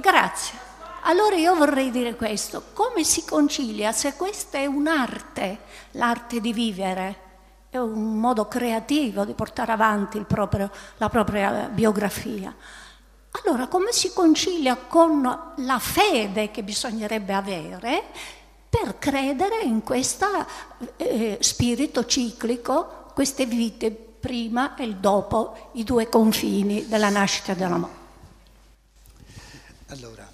Grazie. Allora io vorrei dire questo: come si concilia, se questa è un'arte, l'arte di vivere, è un modo creativo di portare avanti la propria biografia, allora come si concilia con la fede che bisognerebbe avere per credere in questo spirito ciclico, queste vite prima e il dopo, i due confini della nascita e della morte? Allora,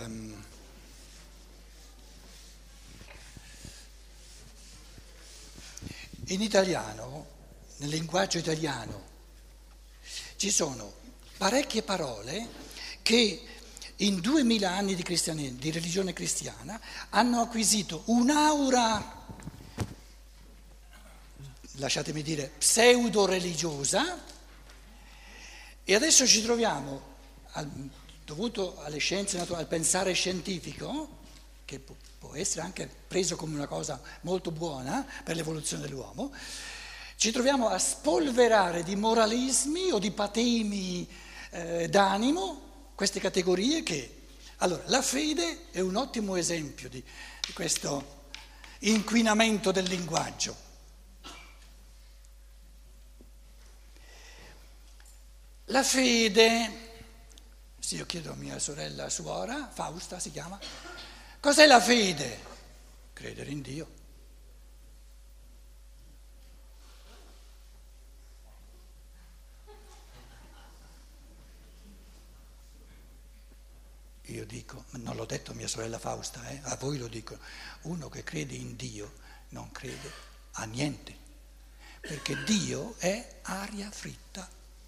in italiano, nel linguaggio italiano, ci sono parecchie parole che in 2000 anni di religione cristiana hanno acquisito un'aura, lasciatemi dire, pseudo-religiosa, e adesso ci troviamo, dovuto alle scienze naturali, al pensare scientifico, che può essere anche preso come una cosa molto buona per l'evoluzione dell'uomo, ci troviamo a spolverare di moralismi o di patemi d'animo queste categorie che... Allora, la fede è un ottimo esempio di questo inquinamento del linguaggio. La fede, se io chiedo a mia sorella suora, Fausta si chiama, cos'è la fede? Credere in Dio. Io dico, non l'ho detto a mia sorella Fausta, a voi lo dico, uno che crede in Dio non crede a niente, perché Dio è aria fritta.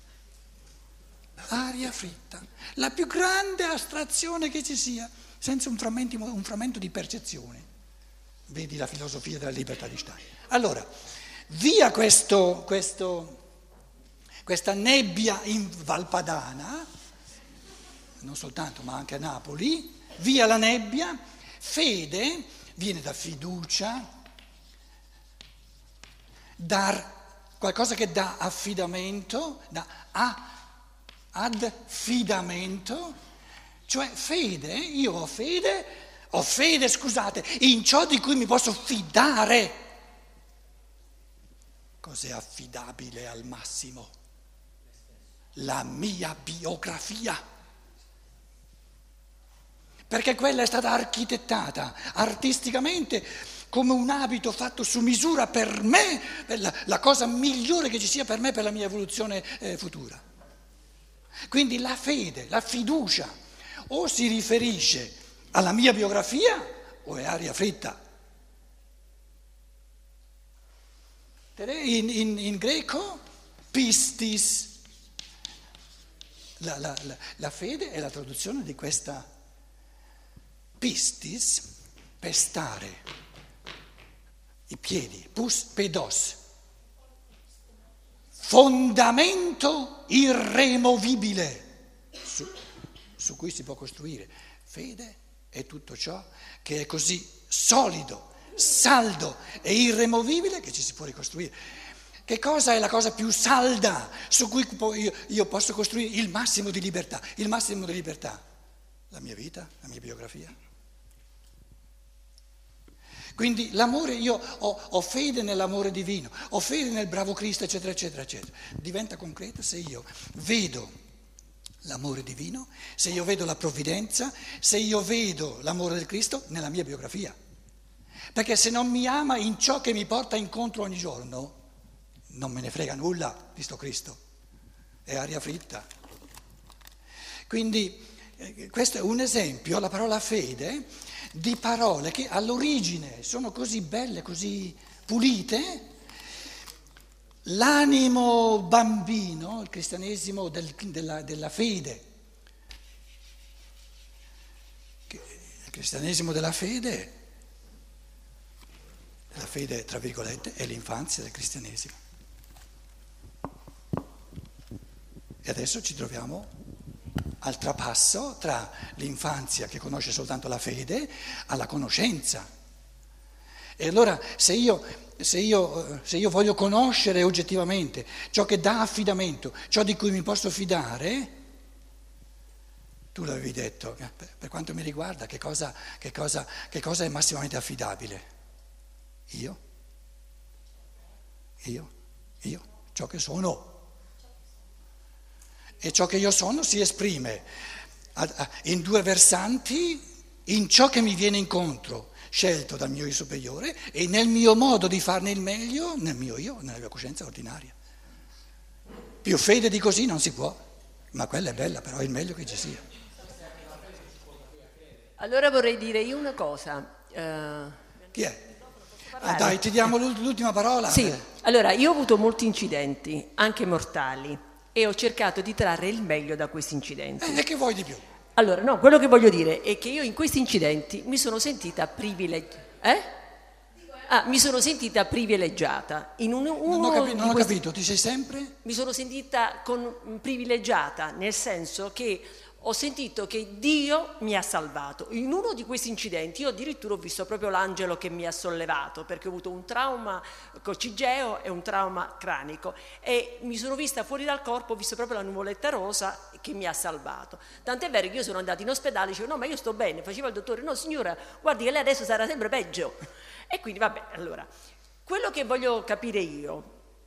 Aria fritta, la più grande astrazione che ci sia, senza un frammento di percezione. Vedi la filosofia della libertà di Stein. Allora, via questa nebbia in Valpadana, non soltanto ma anche a Napoli, via la nebbia, fede viene da fiducia, qualcosa che dà affidamento, affidamento, cioè fede, io ho fede, scusate, in ciò di cui mi posso fidare. Cos'è affidabile al massimo? La mia biografia. Perché quella è stata architettata artisticamente come un abito fatto su misura per me, per la cosa migliore che ci sia per me, per la mia evoluzione futura. Quindi la fede, la fiducia, o si riferisce alla mia biografia o è aria fritta. In greco, pistis. La fede è la traduzione di questa pistis, pestare, i piedi, pus pedos. Fondamento irremovibile su cui si può costruire. Fede è tutto ciò che è così solido, saldo e irremovibile che ci si può ricostruire. Che cosa è la cosa più salda su cui io posso costruire il massimo di libertà? Il massimo di libertà? La mia vita, la mia biografia. Quindi l'amore, io ho fede nell'amore divino, ho fede nel bravo Cristo, eccetera, eccetera, eccetera. Diventa concreta se io vedo l'amore divino, se io vedo la provvidenza, se io vedo l'amore del Cristo nella mia biografia. Perché se non mi ama in ciò che mi porta incontro ogni giorno, non me ne frega nulla di sto Cristo, è aria fritta. Quindi questo è un esempio, la parola fede, di parole che all'origine sono così belle, così pulite. L'animo bambino, il cristianesimo della fede, il cristianesimo della fede tra virgolette, è l'infanzia del cristianesimo. E adesso ci troviamo al trapasso tra l'infanzia che conosce soltanto la fede alla conoscenza. E allora se io voglio conoscere oggettivamente ciò che dà affidamento, ciò di cui mi posso fidare, Tu l'avevi detto, per quanto mi riguarda, che cosa è massimamente affidabile? Io, ciò che sono. E ciò che io sono si esprime in due versanti, in ciò che mi viene incontro, scelto dal mio io superiore, e nel mio modo di farne il meglio, nel mio io, nella mia coscienza ordinaria. Più fede di così non si può, ma quella è bella, però è il meglio che ci sia. Allora vorrei dire io una cosa. Chi è? Dai, ti diamo l'ultima parola. Sì, allora io ho avuto molti incidenti, anche mortali, e ho cercato di trarre il meglio da questi incidenti. E che vuoi di più? Allora, no, quello che voglio dire è che io in questi incidenti mi sono sentita mi sono sentita privilegiata. Non ho capito, ti sei sempre? Mi sono sentita privilegiata, nel senso che ho sentito che Dio mi ha salvato. In uno di questi incidenti io addirittura ho visto proprio l'angelo che mi ha sollevato, perché ho avuto un trauma coccigeo e un trauma cranico, e mi sono vista fuori dal corpo, ho visto proprio la nuvoletta rosa che mi ha salvato. Tant'è vero che io sono andata in ospedale e dicevo no, ma io sto bene, faceva il dottore, no signora, guardi che lei adesso sarà sempre peggio. E quindi vabbè, allora, quello che voglio capire io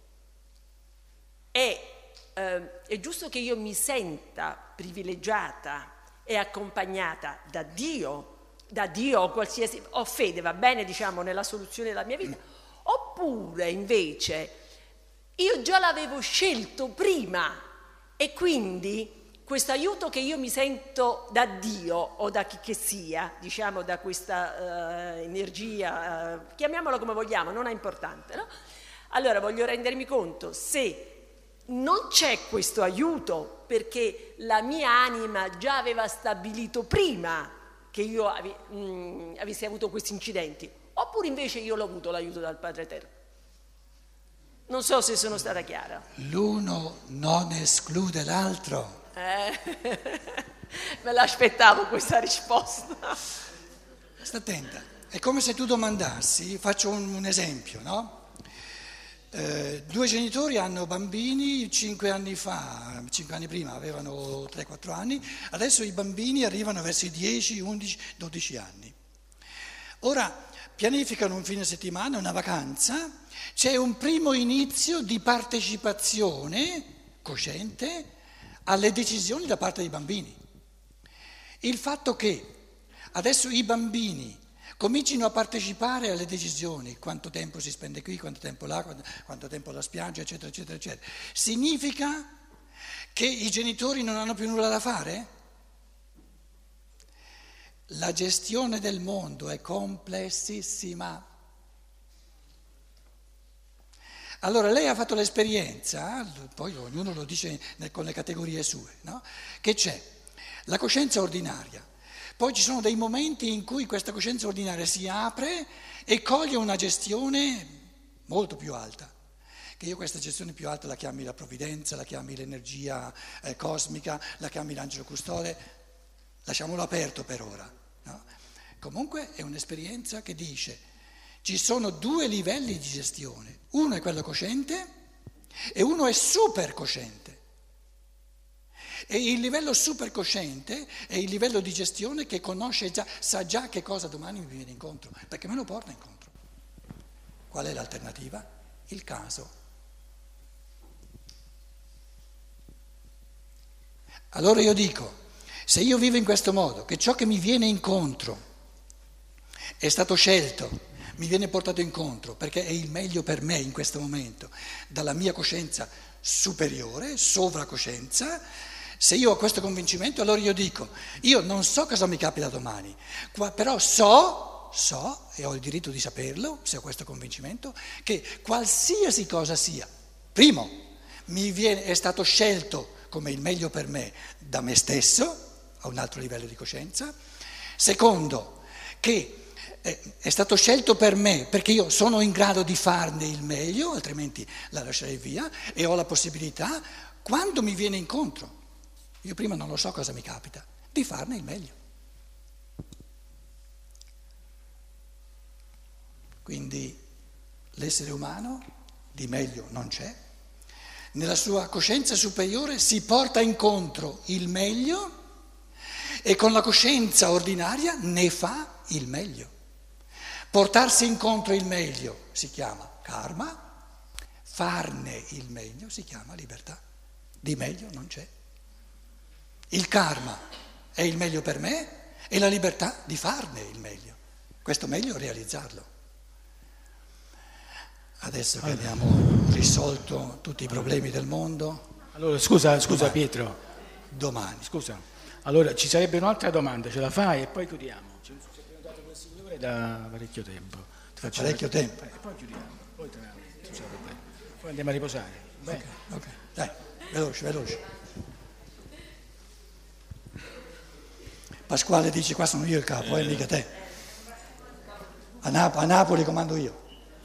è giusto che io mi senta privilegiata e accompagnata da Dio o qualsiasi, ho fede, va bene, diciamo, nella soluzione della mia vita, oppure invece io già l'avevo scelto prima e quindi questo aiuto che io mi sento da Dio o da chi che sia, diciamo da questa energia, chiamiamola come vogliamo, non è importante, no? Allora voglio rendermi conto se non c'è questo aiuto perché la mia anima già aveva stabilito prima che io avessi avuto questi incidenti, oppure invece io l'ho avuto l'aiuto dal Padre Eterno. Non so se sono stata chiara. L'uno non esclude l'altro. Me l'aspettavo questa risposta. Sta attenta, è come se tu domandassi, faccio un esempio, no? Due genitori hanno bambini, 5 anni prima avevano 3-4 anni, adesso i bambini arrivano verso i 10, 11, 12 anni. Ora pianificano un fine settimana, una vacanza, c'è un primo inizio di partecipazione cosciente alle decisioni da parte dei bambini. Il fatto che adesso i bambini comincino a partecipare alle decisioni, quanto tempo si spende qui, quanto tempo là, quanto tempo alla spiaggia, eccetera, eccetera, eccetera, significa che i genitori non hanno più nulla da fare? La gestione del mondo è complessissima. Allora lei ha fatto l'esperienza, poi ognuno lo dice con le categorie sue, no? Che c'è la coscienza ordinaria, poi ci sono dei momenti in cui questa coscienza ordinaria si apre e coglie una gestione molto più alta, che io questa gestione più alta la chiami la provvidenza, la chiami l'energia cosmica, la chiami l'angelo custode, lasciamolo aperto per ora, no? Comunque è un'esperienza che dice ci sono 2 livelli di gestione, uno è quello cosciente e uno è supercosciente. E il livello supercosciente è il livello di gestione che conosce già, sa già che cosa domani mi viene incontro, perché me lo porta incontro. Qual è l'alternativa? Il caso. Allora io dico, se io vivo in questo modo, che ciò che mi viene incontro è stato scelto, mi viene portato incontro perché è il meglio per me in questo momento, dalla mia coscienza superiore, sovracoscienza, se io ho questo convincimento allora io dico, io non so cosa mi capita domani, però so, e ho il diritto di saperlo, se ho questo convincimento, che qualsiasi cosa sia, primo, è stato scelto come il meglio per me da me stesso, a un altro livello di coscienza, secondo, che è stato scelto per me perché io sono in grado di farne il meglio, altrimenti la lascerei via, e ho la possibilità, quando mi viene incontro, io prima non lo so cosa mi capita, di farne il meglio. Quindi l'essere umano di meglio non c'è, nella sua coscienza superiore si porta incontro il meglio e con la coscienza ordinaria ne fa il meglio. Portarsi incontro il meglio si chiama karma, farne il meglio si chiama libertà. Di meglio non c'è. Il karma è il meglio per me e la libertà di farne il meglio. Questo meglio realizzarlo. Adesso che abbiamo risolto tutti i problemi del mondo. Allora, scusa Pietro. Domani. Scusa. Allora, ci sarebbe un'altra domanda, ce la fai e poi chiudiamo. Ci è prenotato quel signore da parecchio tempo. Parecchio tempo. E poi chiudiamo. Poi andiamo a riposare. Bene. Ok. Dai, veloce. Pasquale dice qua sono io il capo, mica te. A Napoli comando io.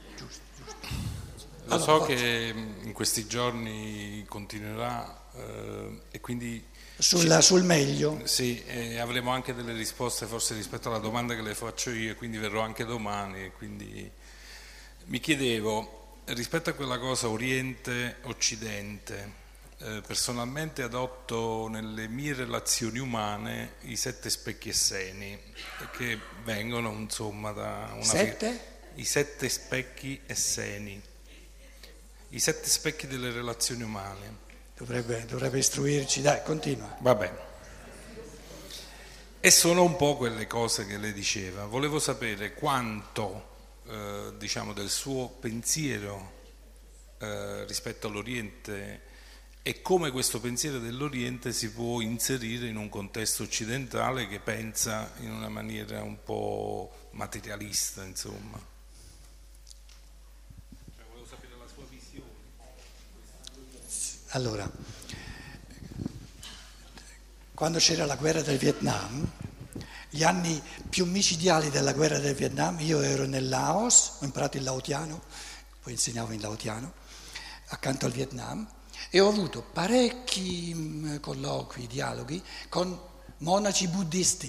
Lo so che in questi giorni continuerà e quindi... Sul meglio? Sì, avremo anche delle risposte forse rispetto alla domanda che le faccio io e quindi verrò anche domani. E quindi mi chiedevo, rispetto a quella cosa Oriente-Occidente, personalmente adotto nelle mie relazioni umane i 7 specchi esseni che vengono insomma da una... 7? I 7 specchi esseni. I 7 specchi delle relazioni umane. Dovrebbe istruirci, dai, continua. Va bene. E sono un po' quelle cose che lei diceva. Volevo sapere quanto, diciamo, del suo pensiero rispetto all'Oriente e come questo pensiero dell'Oriente si può inserire in un contesto occidentale che pensa in una maniera un po' materialista, insomma. Allora, quando c'era la guerra del Vietnam, gli anni più micidiali della guerra del Vietnam, io ero nel Laos, ho imparato il laotiano, poi insegnavo in laotiano, accanto al Vietnam, e ho avuto parecchi colloqui, dialoghi con monaci buddisti.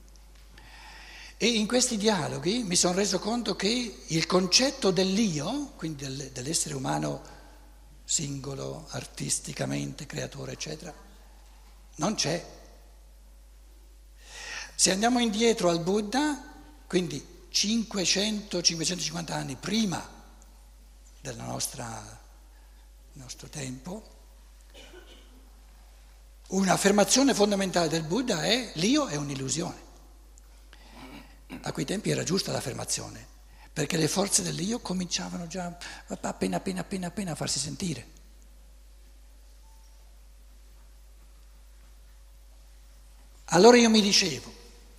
E in questi dialoghi mi sono reso conto che il concetto dell'io, quindi dell'essere umano singolo, artisticamente, creatore, eccetera, non c'è. Se andiamo indietro al Buddha, quindi 500-550 anni prima del nostro tempo, un'affermazione fondamentale del Buddha è l'io è un'illusione. A quei tempi era giusta l'affermazione, perché le forze dell'io cominciavano già appena a farsi sentire. Allora io mi dicevo,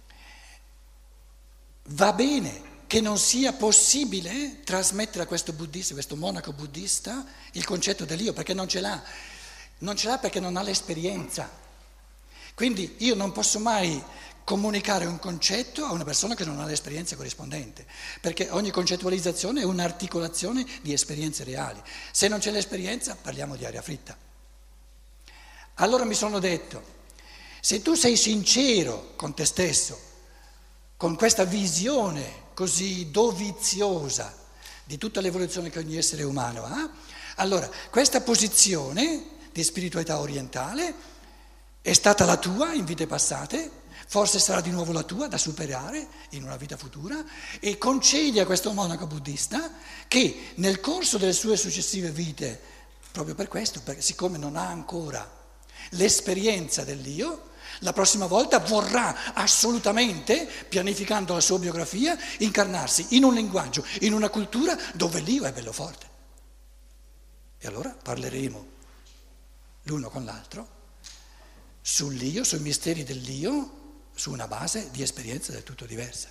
va bene che non sia possibile trasmettere a questo buddista, questo monaco buddista, il concetto dell'io, perché non ce l'ha. Non ce l'ha perché non ha l'esperienza. Quindi io non posso mai comunicare un concetto a una persona che non ha l'esperienza corrispondente, perché ogni concettualizzazione è un'articolazione di esperienze reali. Se non c'è l'esperienza parliamo di aria fritta. Allora mi sono detto, se tu sei sincero con te stesso, con questa visione così doviziosa di tutta l'evoluzione che ogni essere umano ha, allora questa posizione di spiritualità orientale è stata la tua in vite passate, forse sarà di nuovo la tua da superare in una vita futura, e concedi a questo monaco buddista che nel corso delle sue successive vite, proprio per questo, perché siccome non ha ancora l'esperienza dell'io, la prossima volta vorrà assolutamente, pianificando la sua biografia, incarnarsi in un linguaggio, in una cultura dove l'io è bello forte. E allora parleremo l'uno con l'altro sull'io, sui misteri dell'io, su una base di esperienza del tutto diversa.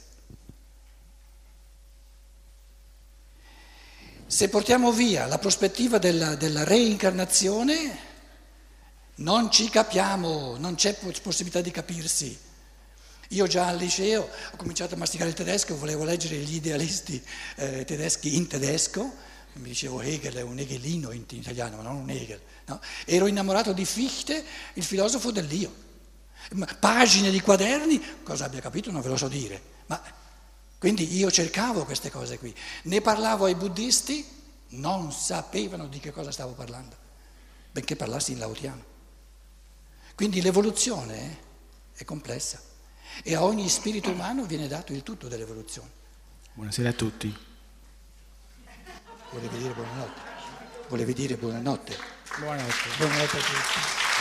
Se portiamo via la prospettiva della reincarnazione, non ci capiamo, non c'è possibilità di capirsi. Io già al liceo ho cominciato a masticare il tedesco, volevo leggere gli idealisti tedeschi in tedesco, mi dicevo Hegel è un Hegelino in italiano, ma non un Hegel. No? Ero innamorato di Fichte, il filosofo dell'io. Pagine di quaderni, cosa abbia capito non ve lo so dire, ma quindi io cercavo queste cose qui. Ne parlavo ai buddisti, non sapevano di che cosa stavo parlando, benché parlassi in laotiano. Quindi l'evoluzione è complessa. E a ogni spirito umano viene dato il tutto dell'evoluzione. Buonasera a tutti. Volevi dire buonanotte? Volevi dire buonanotte? Buonanotte. Buonanotte a tutti.